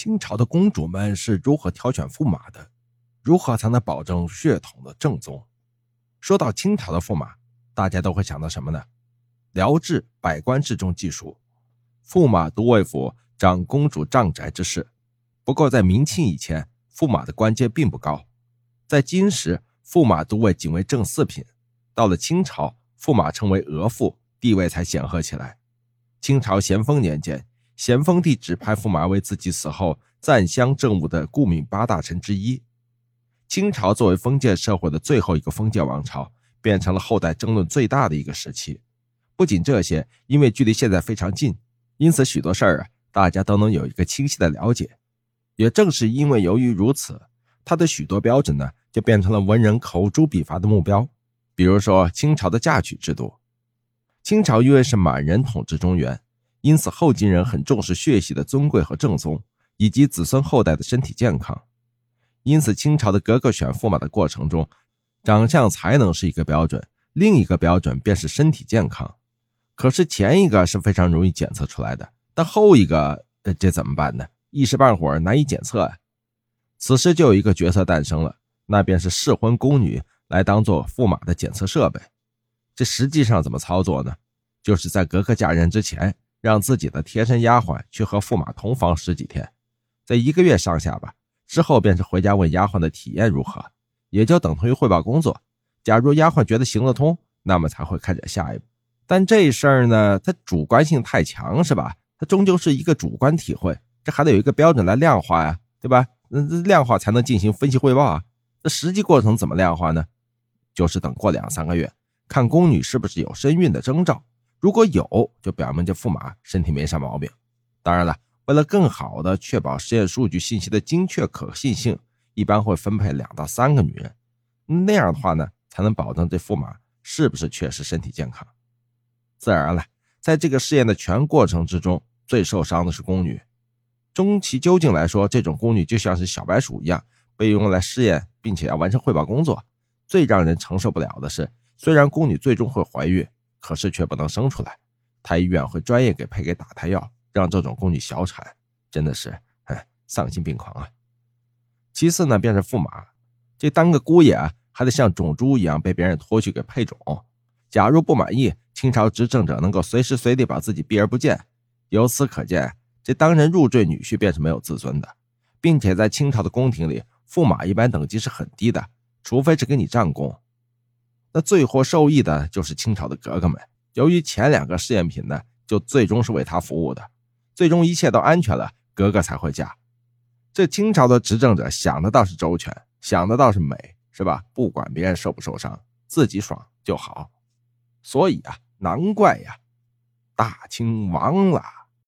清朝的公主们是如何挑选驸马的？如何才能保证血统的正宗？说到清朝的驸马，大家都会想到什么呢？辽制、百官制中记述，驸马都尉府掌公主帐宅之事。不过在明清以前，驸马的官阶并不高。在金时，驸马都尉仅为正四品，到了清朝，驸马称为额驸，地位才显赫起来。清朝咸丰年间，咸丰帝指派驸马为自己死后赞襄政务的顾命八大臣之一。清朝作为封建社会的最后一个封建王朝，变成了后代争论最大的一个时期。不仅这些，因为距离现在非常近，因此许多事儿大家都能有一个清晰的了解。也正是因为由于如此，它的许多标准呢，就变成了文人口诛笔伐的目标。比如说清朝的嫁娶制度。清朝因为是满人统治中原，因此后金人很重视血系的尊贵和正宗，以及子孙后代的身体健康。因此清朝的格格选驸马的过程中，长相才能是一个标准，另一个标准便是身体健康。可是前一个是非常容易检测出来的，但后一个这怎么办呢？一时半会儿难以检测啊。此时就有一个角色诞生了，那便是适婚宫女来当做驸马的检测设备。这实际上怎么操作呢？就是在格格嫁人之前，让自己的贴身丫鬟去和驸马同房10几天，在1个月上下吧，之后便是回家问丫鬟的体验如何，也就等同于汇报工作。假如丫鬟觉得行得通，那么才会开展下一步。但这事儿呢，它主观性太强，是吧？它终究是一个主观体会，这还得有一个标准来量化呀，对吧？量化才能进行分析汇报啊。这实际过程怎么量化呢？就是等过2、3个月，看宫女是不是有身孕的征兆，如果有，就表明这驸马身体没啥毛病。当然了，为了更好的确保实验数据信息的精确可信性，一般会分配2到3个女人，那样的话呢，才能保证这驸马是不是确实身体健康。自然而然，在这个试验的全过程之中，最受伤的是宫女。终其究竟来说，这种宫女就像是小白鼠一样，被用来试验并且要完成汇报工作。最让人承受不了的是，虽然宫女最终会怀孕，可是却不能生出来，太医院会专业给配给打胎药，让这种宫女小产，真的是丧心病狂啊。其次呢，便是驸马，这当个姑爷还得像种猪一样被别人拖去给配种。假如不满意，清朝执政者能够随时随地把自己避而不见。由此可见，这当人入赘女婿便是没有自尊的，并且在清朝的宫廷里，驸马一般等级是很低的，除非是给你战功。那最获受益的就是清朝的格格们，由于前2个试验品呢，就最终是为他服务的，最终一切都安全了，格格才会嫁。这清朝的执政者想的倒是周全，想的倒是美，是吧？不管别人受不受伤，自己爽就好。所以难怪大清亡了。